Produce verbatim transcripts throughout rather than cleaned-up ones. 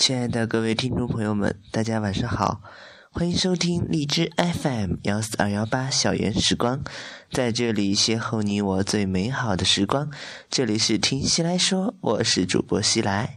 亲爱的各位听众朋友们，大家晚上好，欢迎收听荔枝 F M 一四二一八小园时光，在这里邂逅你我最美好的时光。这里是听西来说，我是主播西来。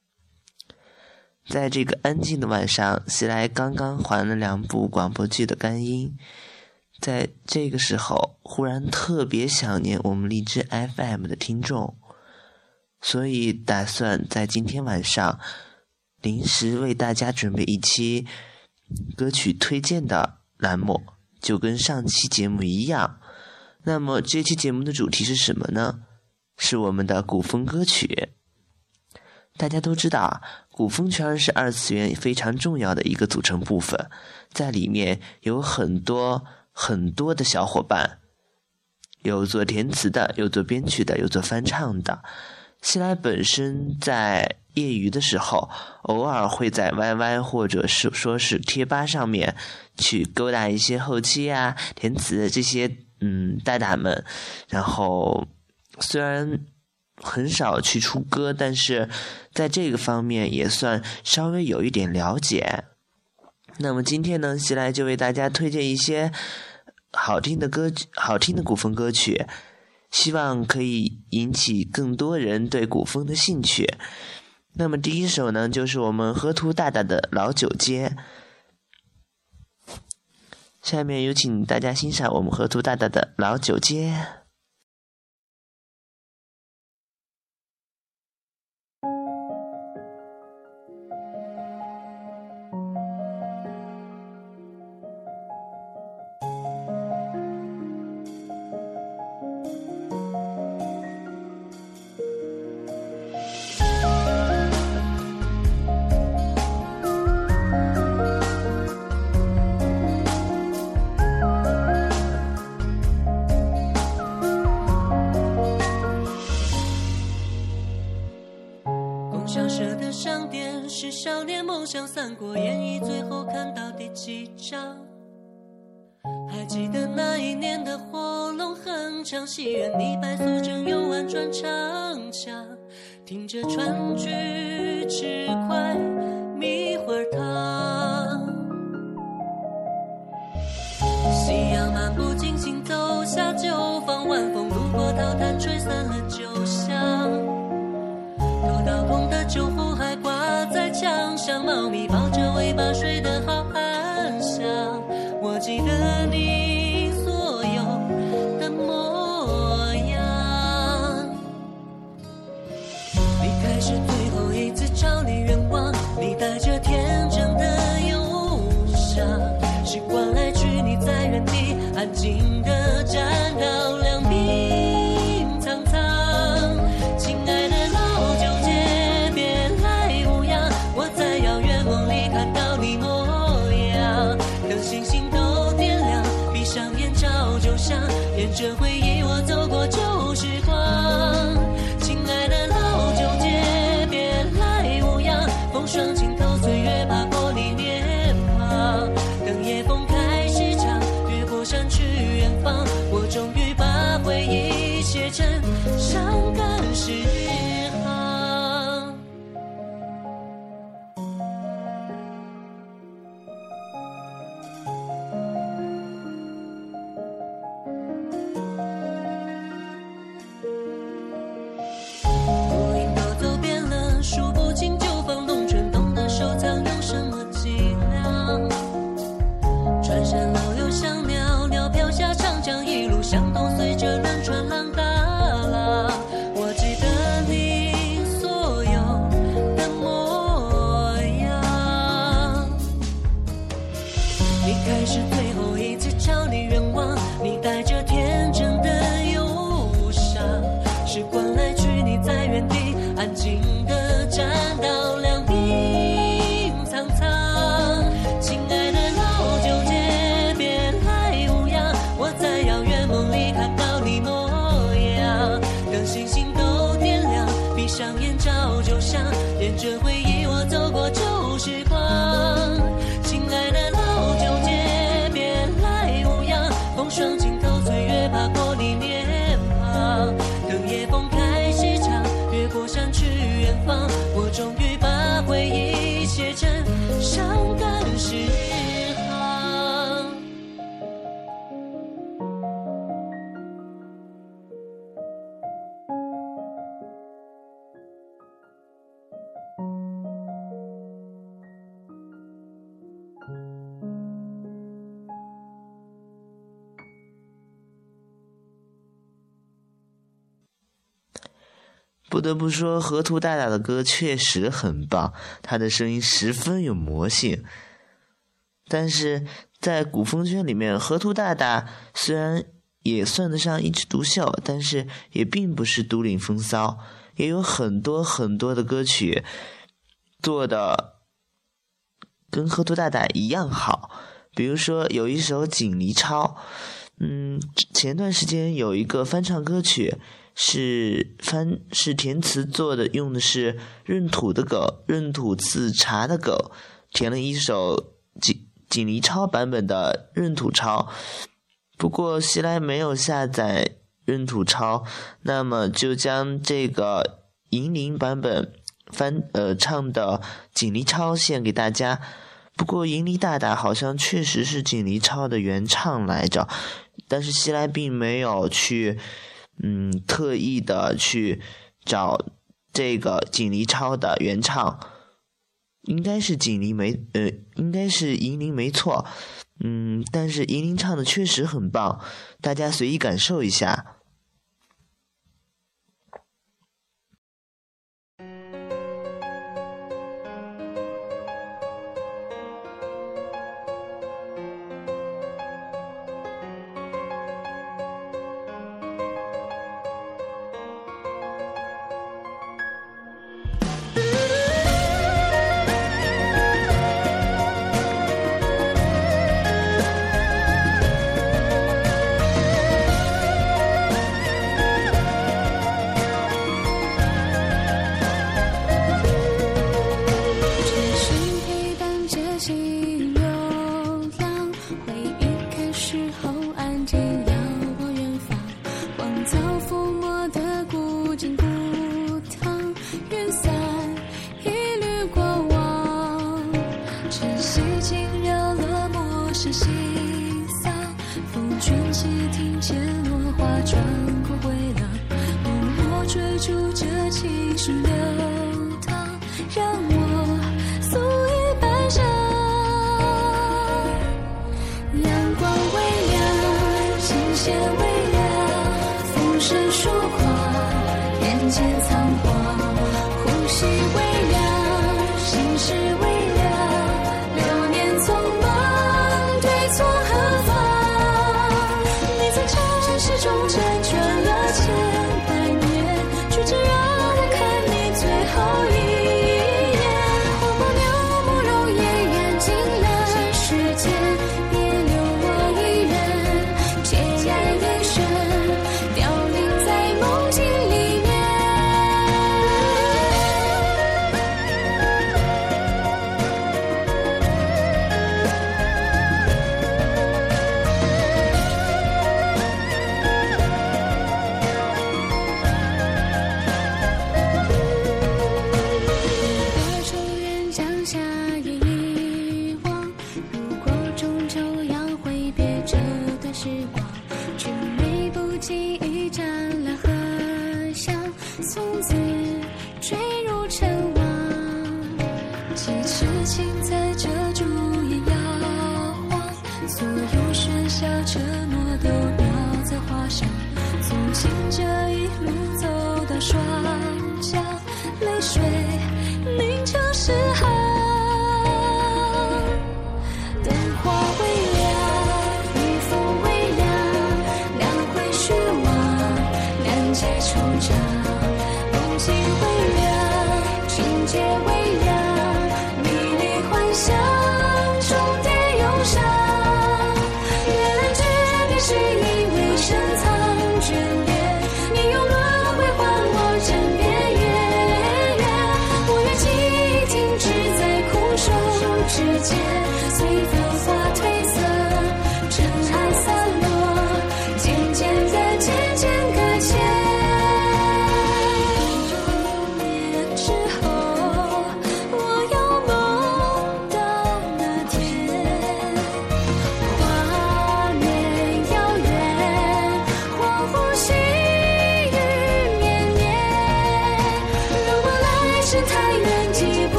在这个安静的晚上，西来刚刚还了两部广播剧的干音，在这个时候忽然特别想念我们荔枝 F M 的听众，所以打算在今天晚上临时为大家准备一期歌曲推荐的栏目，就跟上期节目一样。那么这期节目的主题是什么呢？是我们的古风歌曲。大家都知道，古风圈是二次元非常重要的一个组成部分，在里面有很多很多的小伙伴，有做填词的，有做编曲的，有做翻唱的。西来本身在业余的时候，偶尔会在 Y Y 或者是说是贴吧上面去勾搭一些后期啊、填词这些嗯大大们，然后虽然很少去出歌，但是在这个方面也算稍微有一点了解。那么今天呢，西来就为大家推荐一些好听的歌曲，好听的古风歌曲，希望可以引起更多人对古风的兴趣。那么第一首呢，就是我们河图大大的老九街。下面有请大家欣赏我们河图大大的老九街。 是少年梦想三国演义最后看到第几章？还记得那一年的火龙横长，戏院里白素贞又婉转唱腔，听着川剧吃块米花糖。夕阳漫步惊心走下酒坊，晚风路过桃坛吹散了酒香，头到痛的酒壶还挂在墙上，猫咪抱着尾巴睡得好安详。我记得你所有的模样，离开是最后一次朝你远望，你带着天真的忧伤，时光来去你在原地安静地站到两鬓苍苍。亲爱的老九街别来无恙，我在遥远梦里看到你模样，等星星都点亮，闭上眼照旧香，沿着回忆我走过旧时光。亲爱的老九街别来无恙，风霜浸透岁月爬过你脸庞，等夜风开始唱，越过山去远方，我终于把回忆写成伤感诗行。孤影都走遍了，数不清酒坊龙泉洞的收藏有什么伎俩，穿山老友香袅袅飘下长江，一路向东随着轮船浪打啦。我记得你所有的模样，离开是最后一次朝你远望，你带着天真的忧伤，时光来去你在原地安静地站到两鬓苍苍。亲爱的老九街别来无恙，我在遥远梦里看到你模样，等星星都点亮，闭上眼照旧香，沿着回忆我走过旧时光。亲爱的老九街别来无恙，风霜浸透岁月爬过你脸庞，等夜风开始唱，越过山去远方，我终于把回忆不得不说，河图大大的歌确实很棒，他的声音十分有魔性。但是在古风圈里面，河图大大虽然也算得上一枝独秀，但是也并不是独领风骚，也有很多很多的歌曲做的跟河图大大一样好。比如说有一首《锦鲤抄》，嗯，前段时间有一个翻唱歌曲是翻是填词做的，用的是闰土的狗，闰土自茶的狗，填了一首锦锦鲤抄版本的闰土抄。不过西来没有下载闰土抄，那么就将这个银铃版本翻呃唱的锦鲤抄献给大家。不过银铃大大好像确实是锦鲤抄的原唱来着，但是西来并没有去嗯特意的去找这个锦鲤抄的原唱，应该是锦鲤没呃应该是银铃没错。嗯，但是银铃唱的确实很棒，大家随意感受一下。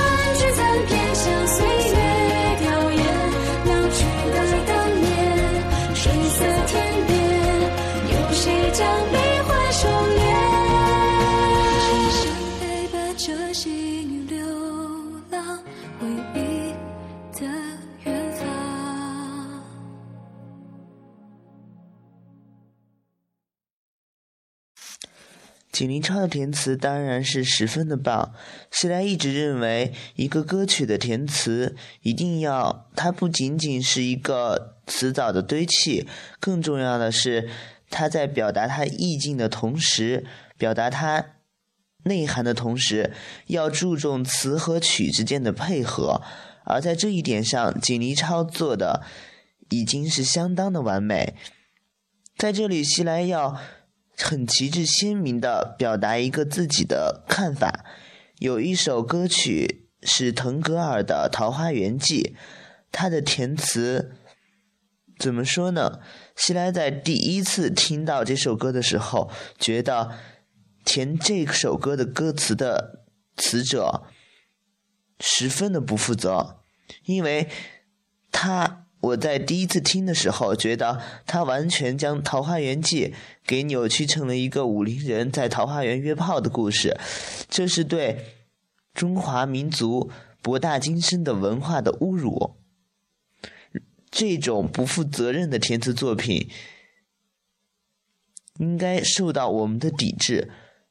残片像岁月凋零，老去的当年。 诀别，有谁将悲欢收敛？谁想陪伴着心流浪回忆的远方？ 锦鲤超的填词当然是十分的棒。希莱一直认为，一个歌曲的填词一定要，它不仅仅是一个词藻的堆砌，更重要的是，它在表达它意境的同时，表达它内涵的同时，要注重词和曲之间的配合。而在这一点上，锦鲤超做的已经是相当的完美。在这里，希莱要很旗帜鲜明地表达一个自己的看法。有一首歌曲是腾格尔的《桃花源记》，它的填词怎么说呢？希莱在第一次听到这首歌的时候，觉得填这首歌的歌词的词者十分的不负责，因为他我在第一次听的时候觉得他完全将《桃花源记》给扭曲成了一个武林人在桃花源约炮的故事，这是对中华民族博大精深的文化的侮辱。这种不负责任的填词作品应该受到我们的抵制，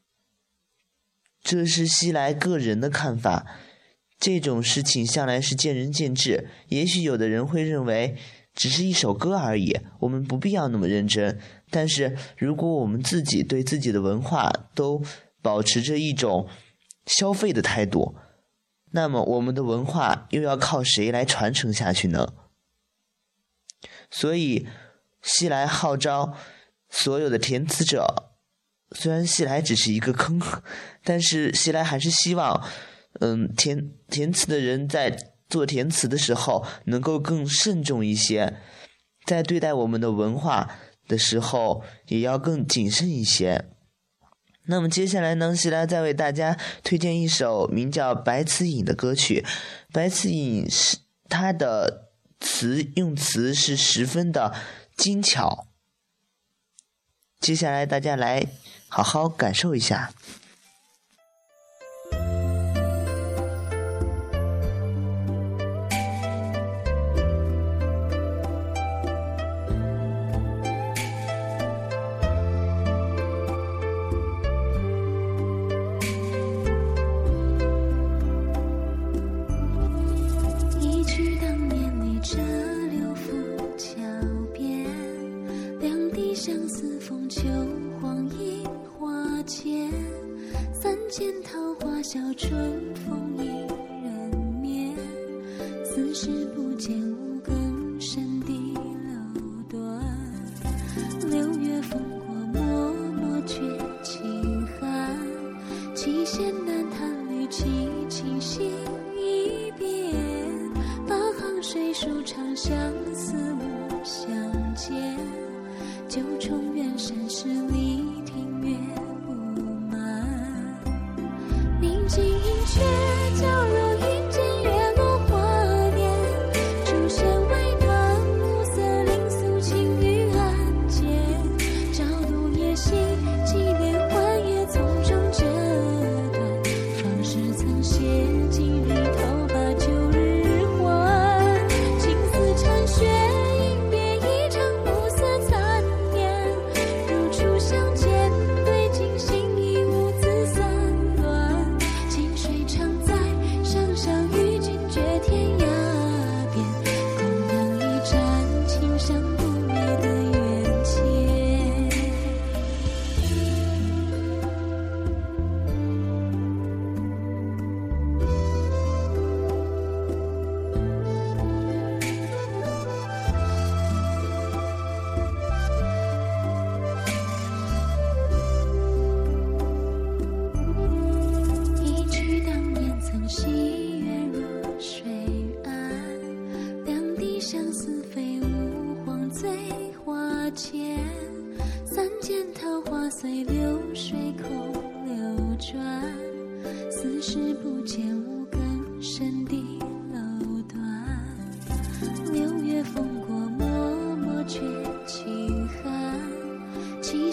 这是希莱个人的看法。这种事情向来是见仁见智，也许有的人会认为只是一首歌而已，我们不必要那么认真。但是如果我们自己对自己的文化都保持着一种消费的态度，那么我们的文化又要靠谁来传承下去呢？所以希莱号召所有的填词者，虽然希莱只是一个坑，但是希莱还是希望嗯，填填词的人在做填词的时候能够更慎重一些，在对待我们的文化的时候也要更谨慎一些。那么接下来呢，希莱再为大家推荐一首名叫《白词隐》的歌曲。白词隐是它的词用词是十分的精巧，接下来大家来好好感受一下。 笑春风一人眠，似是不见五更深的楼端。六月风过脉脉却轻寒，七弦难弹绿绮清新一遍。八行水书长相思无相见，九重远山十里庭月不满。宁静却娇柔云间月落花年，竹弦微断，暮色令素情于案间。朝读夜行，几年欢夜从中折断。方士曾写今日头把旧日还，青丝残雪迎别一场暮色残年。如初相见，对镜心已无字散乱。清水常在，上上与君绝天涯边，共等一盏清香不灭的缘切。一曲当年曾喜悦若水岸，两地相思飞舞黄醉花间。三件桃花随流水空流转，似是不见五更深的楼端。六月风过脉脉却轻寒，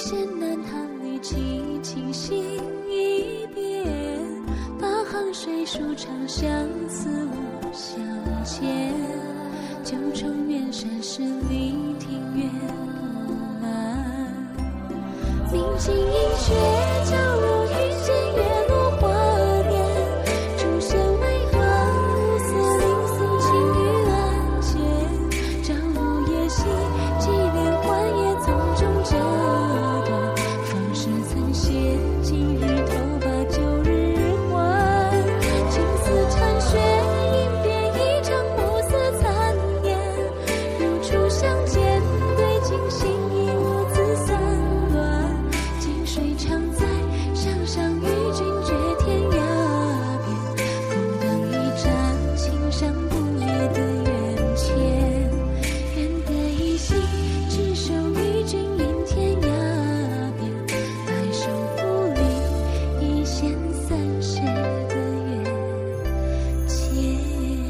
险难逃离奇清醒一遍，大河水树长相思无相见，九重远山十里庭院不满，明镜映雪娇容遇见月落花年，竹弦为何暮色零送轻语暗间，朝如夜兮几连环也从中折断，往事曾写今日头把旧日还，青丝残雪饮遍一场暮色残年，如初相见对镜心已无字散乱，近水常在上上与君绝天涯边，空灯一盏轻赏不灭的缘浅，愿得一心执手与君饮天涯边，白首不离一线三世的缘浅。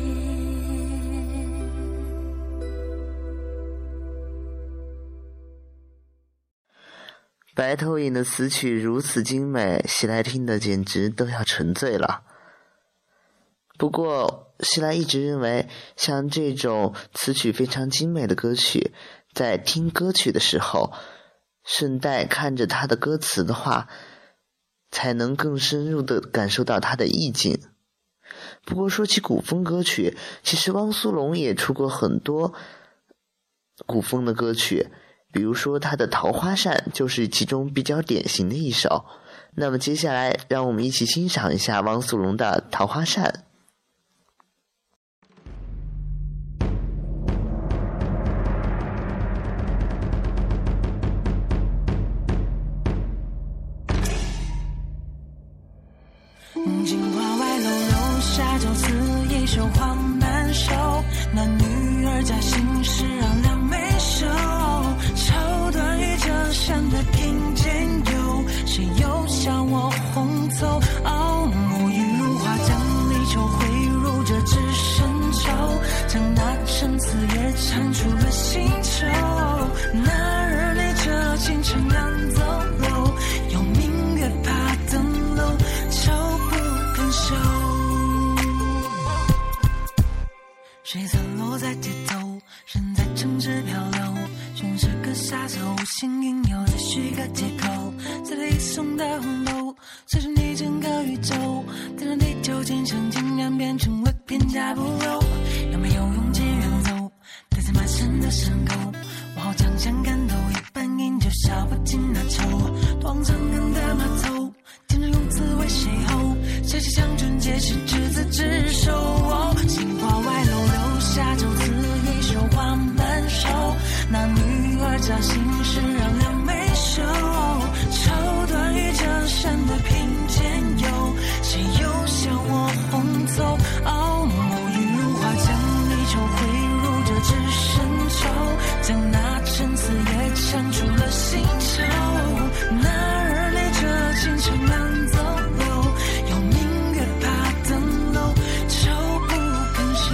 白头吟的词曲如此精美，西来听的简直都要沉醉了。不过西来一直认为，像这种词曲非常精美的歌曲，在听歌曲的时候顺带看着它的歌词的话，才能更深入地感受到它的意境。不过说起古风歌曲，其实汪苏泷也出过很多古风的歌曲，比如说他的《桃花扇》就是其中比较典型的一首。那么接下来让我们一起欣赏一下汪苏泷的《桃花扇》。 金花外楼楼下酒肆一袖花难收，男女二家心事让两眉秀，绸缎与折扇的品鉴有，谁又向我红走？哦，沐浴如花将离愁汇入这只深愁，将那层次也唱出了新愁。那日里这京城两走楼，有明月爬登楼，愁手水散落在街头，人在城市漂流，全是个杀手，幸运有再续个借口，在离送的红楼，随着你整个宇宙，点燃地球间生竟然变成了偏家不肉，有没有勇气远走，带在满身的伤口，往后将相看透，一般饮酒笑不尽那愁，断肠人的马头，天真用词为谁后，谁是将春节是执子之手，哦，杏花外楼留下酒肆一袖花满手，那女儿家心事让两眉秀，绸缎与折扇的品鉴有，谁又向我红走？哦，沐浴如花将离愁汇入这只深愁，将那层次也唱出了新愁。那日里这京城两走楼，有明月爬登楼，愁不肯收。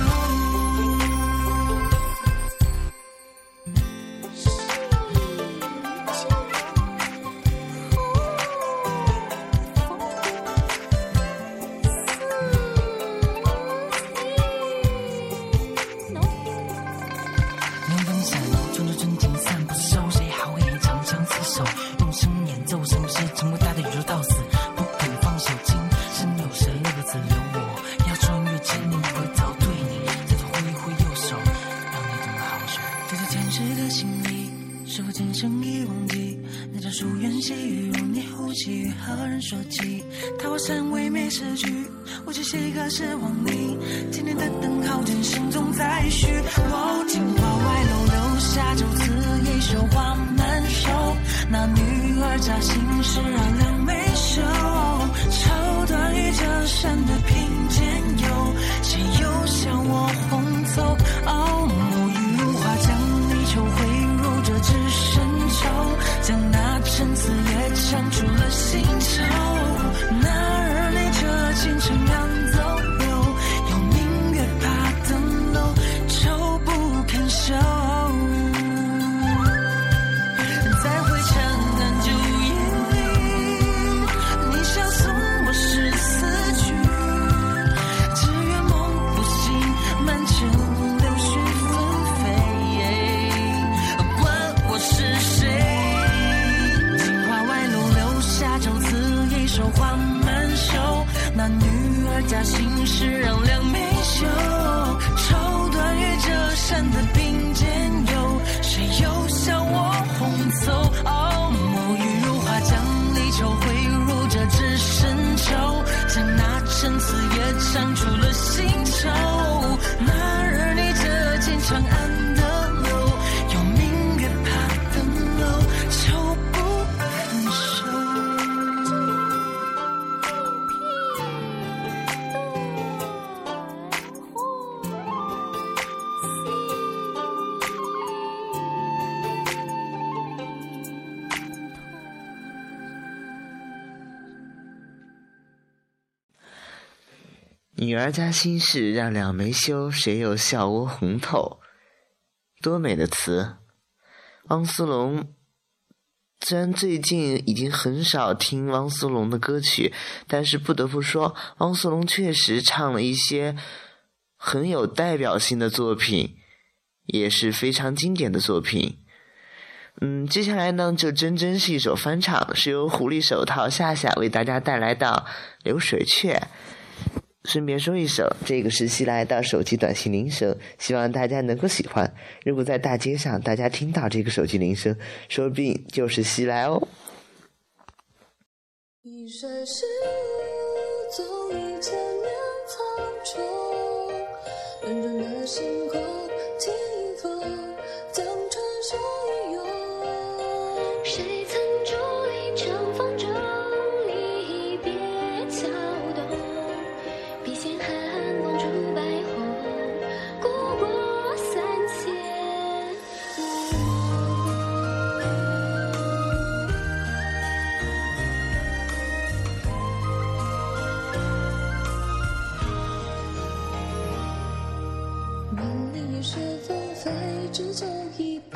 能分散穿着纯情散不收，谁好黑长相厮守，用声演奏声势，成为他的宇宙到死不肯放手，今生有谁六个字留我，要穿越千年回头对你再次挥一挥右手，让你懂得好学。对着前世的心里，是否今生已忘记那场疏远细雨，容你呼吸与何人说起？桃花扇未没失去，我只写个是忘你，千年的等候人生中再续。哦，金花外楼留下酒肆一袖花难收，那女儿家心事让两眉秀，绸缎与折扇的品鉴有，谁又向我红走？哦，沐浴如花将离愁汇入这只深愁，将那层次也唱出了新愁。那日里这京城两走楼，有明月爬登楼，愁不肯收。再回城南就家心事让两眉秀，绸缎与折扇的并肩游，谁又笑我红走？哦，墨雨如花将离愁汇入这纸深秋，将那层次也唱出了新愁。那日你这间长安的楼，有明月怕登楼，愁不肯收。 女儿家心事让两眉羞，谁又笑我红透？多美的词！汪苏泷，虽然最近已经很少听汪苏泷的歌曲，但是不得不说，汪苏泷确实唱了一些很有代表性的作品，也是非常经典的作品。嗯，接下来呢，就真真是一首翻唱，是由狐狸手套夏夏为大家带来的《流水雀》。顺便说一首，这个是西来的手机短信铃声，希望大家能够喜欢。如果在大街上大家听到这个手机铃声，说不定就是西来哦。 一水是纵一千年苍穹，认真的星空听风将传说一咏。谁曾注意长风中你别敲动，笔仙寒光出白虹，过过三千。万里一雪纷飞，只酒一杯。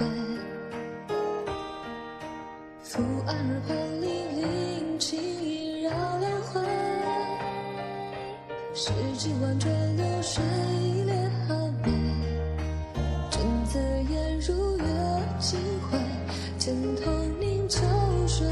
伏案而黄鹂鸣，轻易绕两回。十几万转流水，烈寒梅。真子颜如月清辉，肩头凝秋水。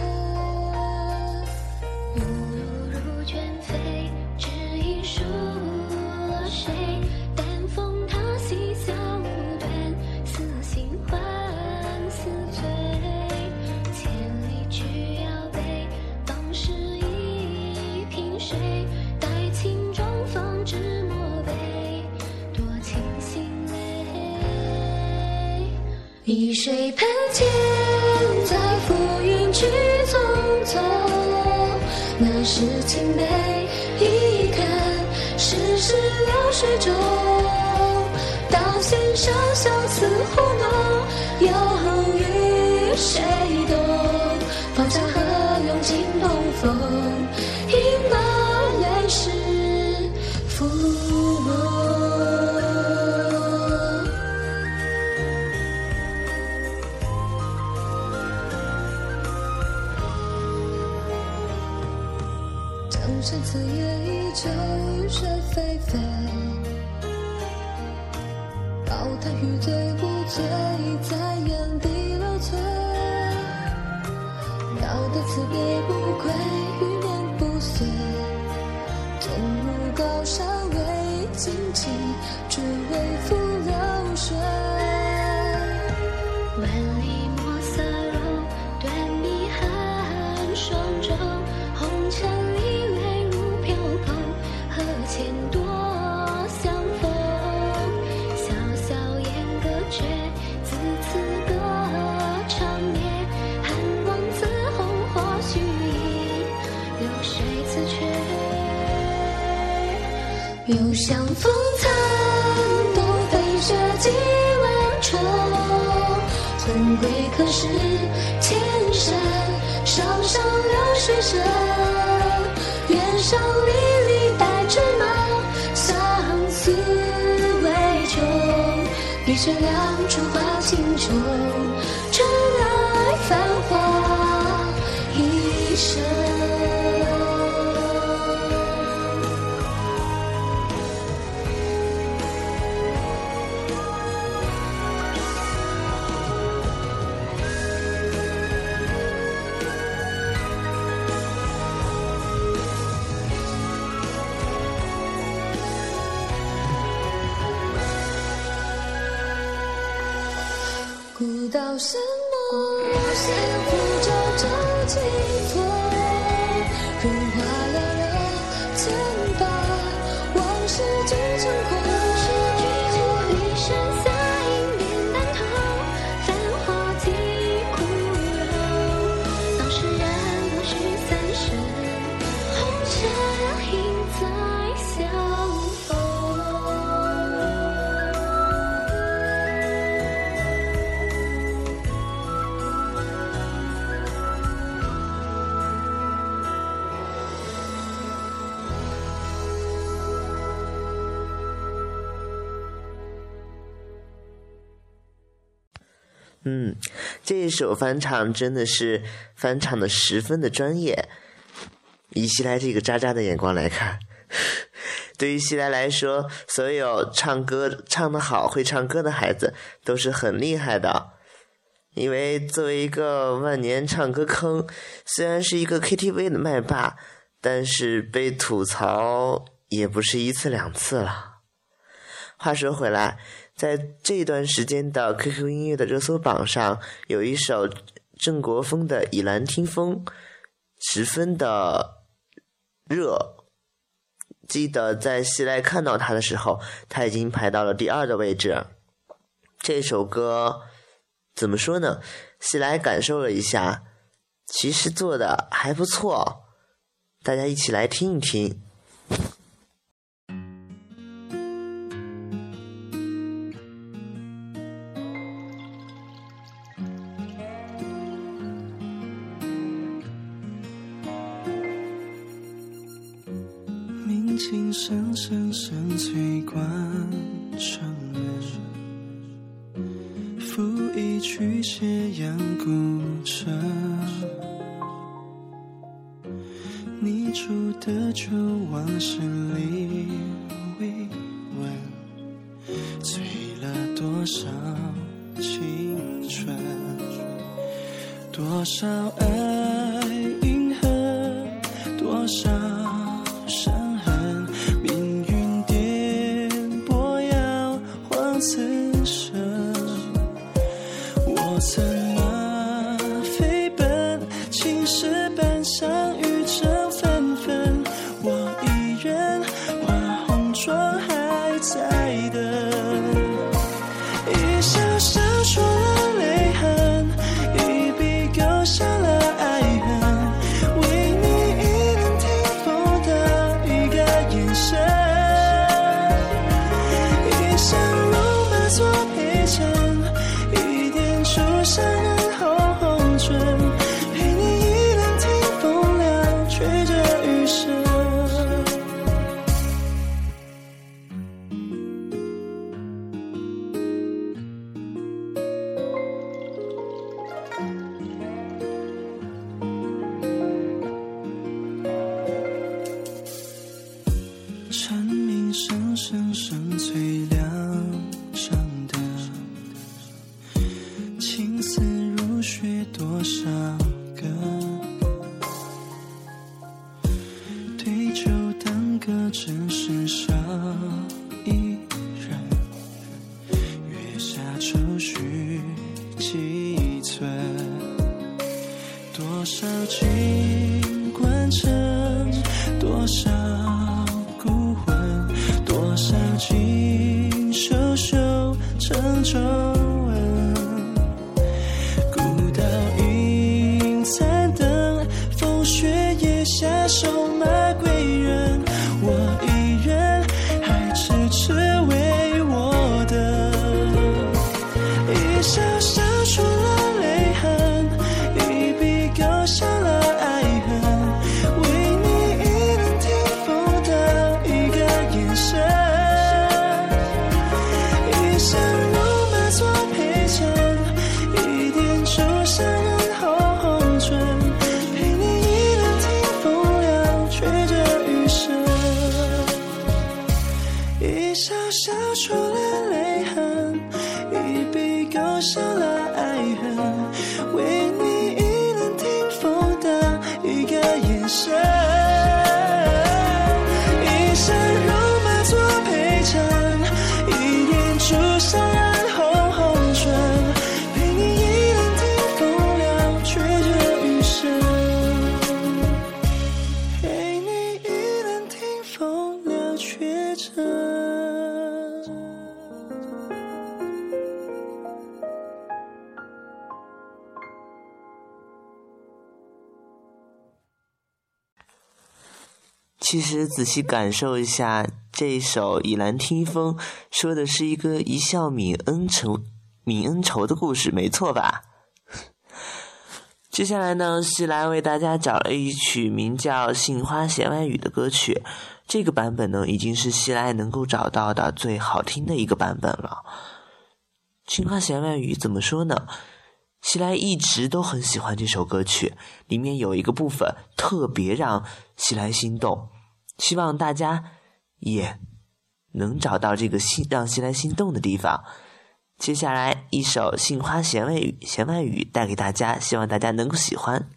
云流如卷飞，只一树水。淡风踏西小端，似心欢似醉。千里去遥北，当时一瓶水。待青中方知墨杯，多情心泪。一水喷溅在浮云去匆匆，那是青梅，一看世事流水中。到线上相思糊弄，又与谁懂？放下河涌尽东风，迎那泪湿浮梦。江山此夜依旧，雨水霏霏。高谈欲醉不醉，在眼底流淬。道得此别不归，余年不遂。纵目高山为荆棘，只为浮流水。万里墨色柔，断笔寒霜中。红尘里泪如飘蓬，何前多相逢。小小烟歌却自此歌长灭。寒光自红或许已流水此却。又相风残，东飞雪几万重。魂归可是千山，上上流水声。原上离离带芝麻，相思为重。一雪两处花轻重，春来繁华一生。 有什么？想要不就找寄托，如花了了，怎把往事聚成火？一生在迎面淡透，繁华几枯荣。当时人或许三十，红尘应再相逢。 嗯，这一首翻唱真的是翻唱的十分的专业。以西来这个渣渣的眼光来看，对于西来来说，所有唱歌唱得好、会唱歌的孩子都是很厉害的。因为作为一个万年唱歌坑，虽然是一个 K T V 的麦霸，但是被吐槽也不是一次两次了。话说回来，在这段时间的 Q Q 音乐的热搜榜上，有一首郑国峰的《以兰听风》十分的热。记得在西来看到他的时候，他已经排到了第二的位置。这首歌怎么说呢？西来感受了一下，其实做的还不错，大家一起来听一听。 鸣琴声声声催关城门，拂一曲斜阳古城，你住的旧往事里未闻，醉了多少青春，多少爱银河，多少伤痕，命运颠簸摇晃此生。我策马飞奔，青石板上雨成纷纷，我一人画红妆还在等，一笑笑出了泪痕，一笔勾下了爱恨，为你一能听风的一个眼神，一生戎马做陪衬，一点出山人红红唇，陪你一能听风凉，吹着雨声。蝉鸣声声声催两上的，青丝如雪多少个，对酒当歌真是少一人，月下愁绪几寸，多少情关城，多少孤魂，多少锦绣绣成皱纹，孤岛银残灯，风雪夜下手马归人，我一人还迟迟为我等，一笑笑出了泪痕，一笔勾下了爱恨，为你一能听风的一个眼神，一生戎马做陪衬，一点出山人红红唇，陪你一能听风凉，吹着雨声，一笑笑出了泪痕，一笔勾下了爱恨，为你一能听风的一个眼神，一生戎马做陪衬，一点出山人红红唇，陪你一其实仔细感受一下，这首《倚兰听风》说的是一个一笑泯恩仇、泯恩仇的故事，没错吧？接下来呢，西来为大家找了一曲名叫《杏花弦外语》的歌曲，这个版本呢，已经是西来能够找到的最好听的一个版本了。杏花弦外语怎么说呢？西来一直都很喜欢这首歌曲，里面有一个部分特别让西来心动，希望大家也能找到这个心让西来心动的地方。接下来一首《杏花弦外语》弦外语带给大家，希望大家能够喜欢。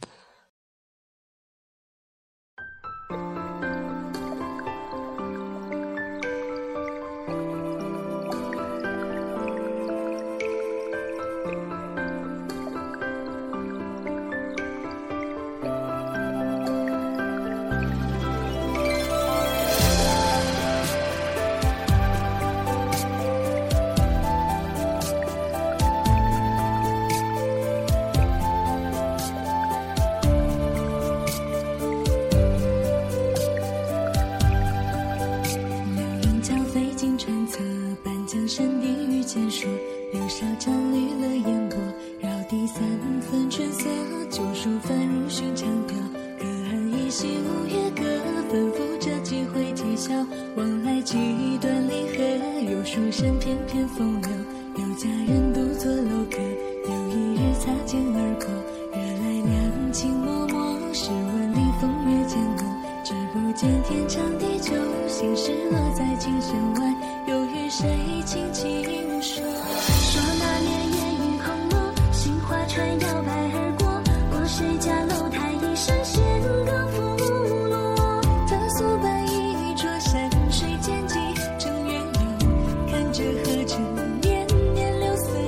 往来几段离合，有书生翩翩风流，有佳人独坐楼阁，有一日擦肩而过，惹来两情脉脉，试问里风月渐浓，只不见天长地久，心事落在琴弦外，又与谁轻轻说？说那年烟雨空落，杏花船摇摆而过，过谁家楼台一声弦歌拂落，凡俗般一桌山水间际正月流，看着河城年年流色。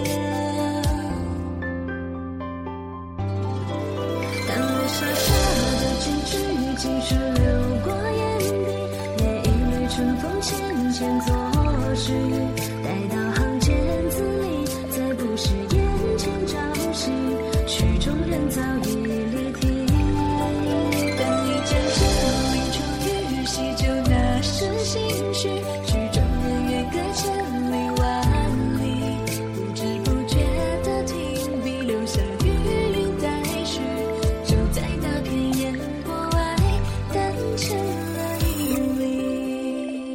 当我傻傻的句句几书流过眼底，也一缕春风浅浅作序，待到行间字里，再不是眼前朝夕，曲中人早已离题。当一阵阵林窗雨洗就那时心绪，曲中人远隔千里万里，不知不觉的停笔，留下余韵待续，就在那片烟波外，淡成了一缕。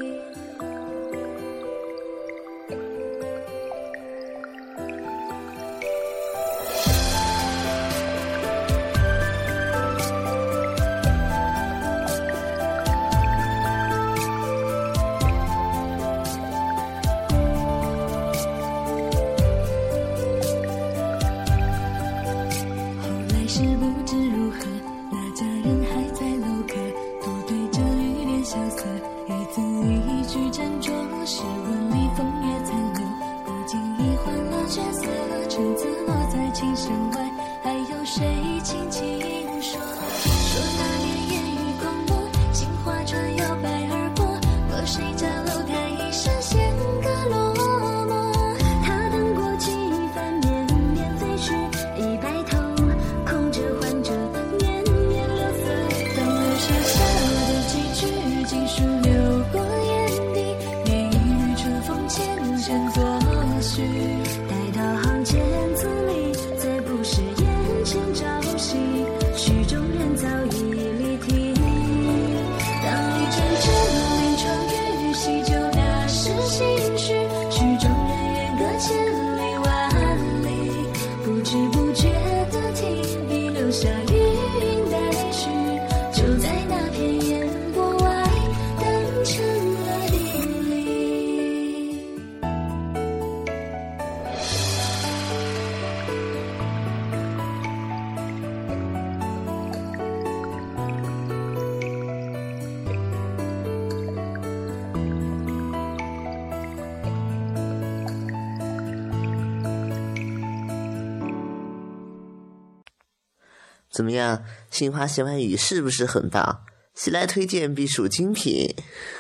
后来是不知如何，那家人还在楼阁，独对着玉帘萧瑟，一字一句斟酌，试问里风月残留，不经意换了角色，橙子落在琴弦外，还有谁轻轻说？说那年烟雨空落，杏花船摇摆而过，过谁家楼台一声弦歌落寞，他等过几番绵绵飞去，一白头空着换着年年流色。当我傻傻的几句几书流过眼底，也一缕春风浅浅作序，待到行间字里，再不是眼前朝夕，曲中人早已离题。当一阵阵林窗雨洗就那时心绪，曲中人远隔千里万里，不知不觉的停笔，留下余韵待续，就在那片烟波外，淡成了一缕。 怎么样，杏花弦外语是不是很棒？西来推荐必属精品。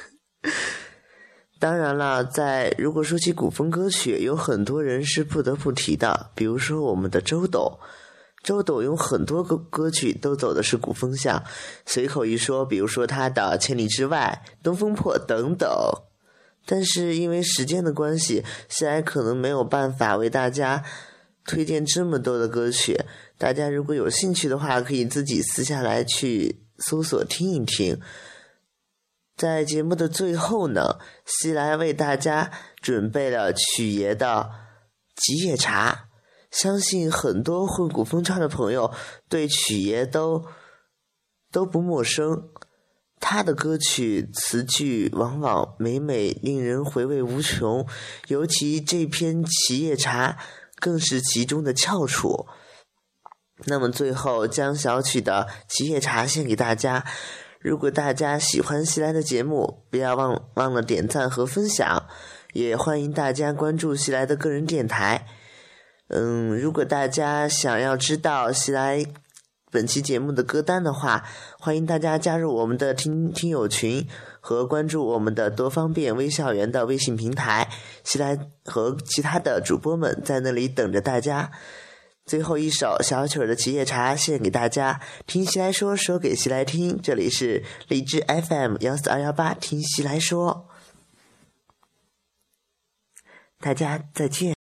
当然了，在如果说起古风歌曲，有很多人是不得不提的，比如说我们的周董。 周董用很多歌歌曲都走的是古风向，随口一说，比如说他的《千里之外》《东风破》等等。但是因为时间的关系，西来可能没有办法为大家推荐这么多的歌曲，大家如果有兴趣的话，可以自己私下来去搜索听一听。在节目的最后呢，西来为大家准备了曲爷的《吉野茶》，相信很多混古风唱的朋友对曲爷都都不陌生。他的歌曲词句往往每每令人回味无穷，尤其这篇《吉野茶》更是其中的翘楚。那么最后将小曲的《吉野茶》献给大家。如果大家喜欢西来的节目，不要忘忘了点赞和分享，也欢迎大家关注西来的个人电台。嗯，如果大家想要知道西来本期节目的歌单的话，欢迎大家加入我们的听听友群和关注我们的多方便微校园的微信平台，西来和其他的主播们在那里等着大家。最后一首小曲的《吉野茶》献给大家，听西来说，说给西来听。这里是荔枝 F M 一四二一八，听西来说，大家再见。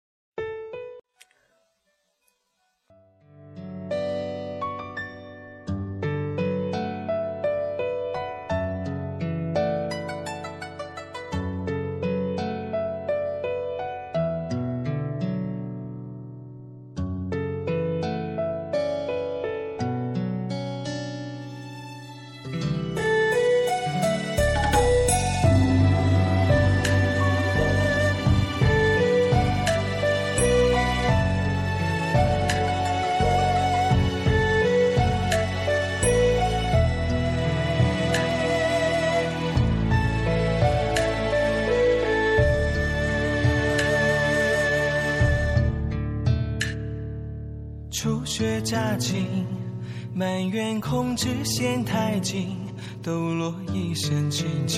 初雪乍晴，埋怨控制线太紧，抖落一身清静。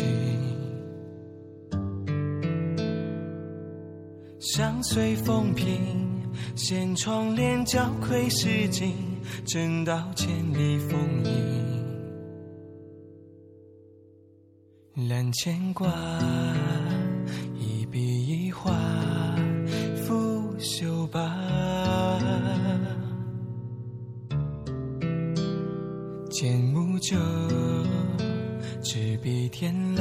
相随风平，掀窗帘交窥诗景，正道千里风影。揽牵挂，一笔一画，拂袖罢。剑木酒，执笔添蜡，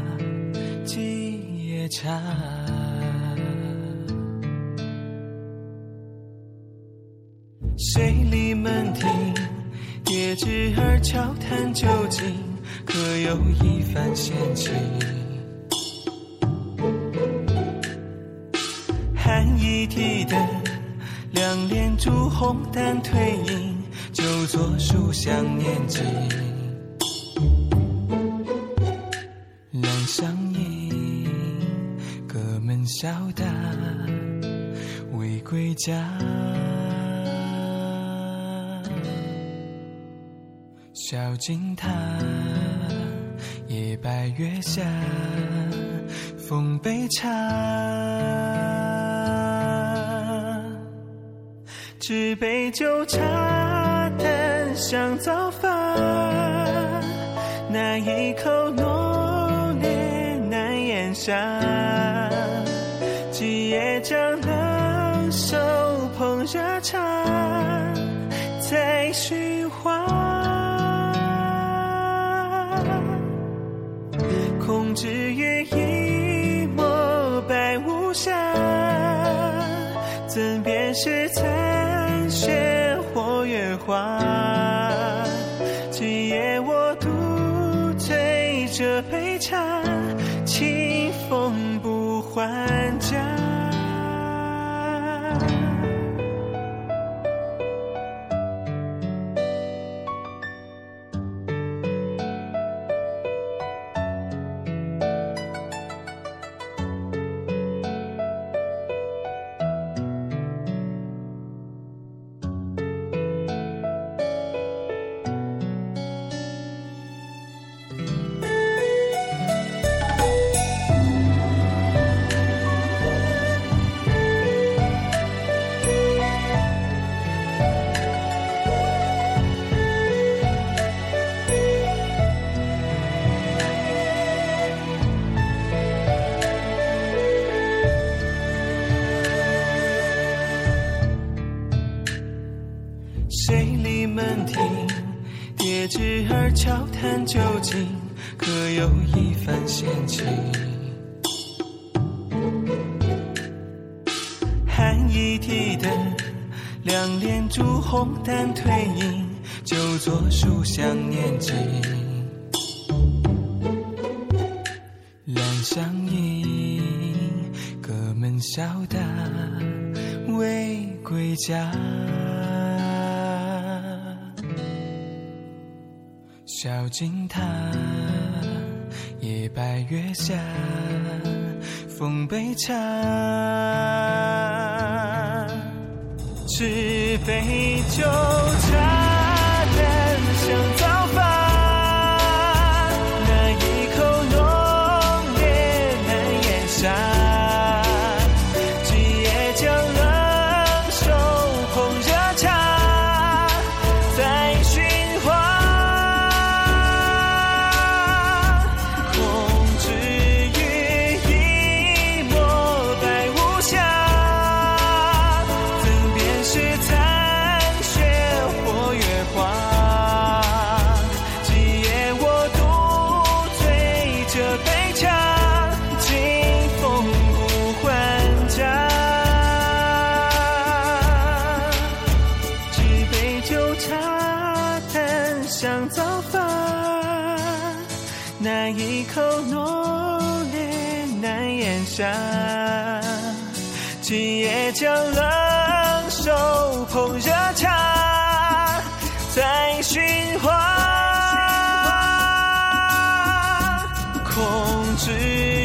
吉野茶。水里门庭，叠纸儿悄谈究竟，可有一番闲情。寒衣提灯，两帘烛红淡褪影，就坐书香念经。阑上影，隔门笑答，未归家。小径塔，夜白月下，奉杯茶。只杯酒茶淡，香早发。那一口浓烈难咽下，几夜将冷手捧热茶，在寻花。空知月一抹白无瑕，怎辨是残雪或月华？今夜我独醉这杯茶，清风不还家。 枝儿悄谈究竟，可有一番闲情。寒一提的两帘烛红淡褪影，就作书香念经。两相依，各门小打未归家。小径塔，夜白月下，奉杯茶。纸杯酒茶，淡香早发，那一口浓烈难咽下，今夜将冷手捧热茶，再寻花。香早发，那一口浓烈难咽下，今夜将冷手捧热茶，再寻花，空知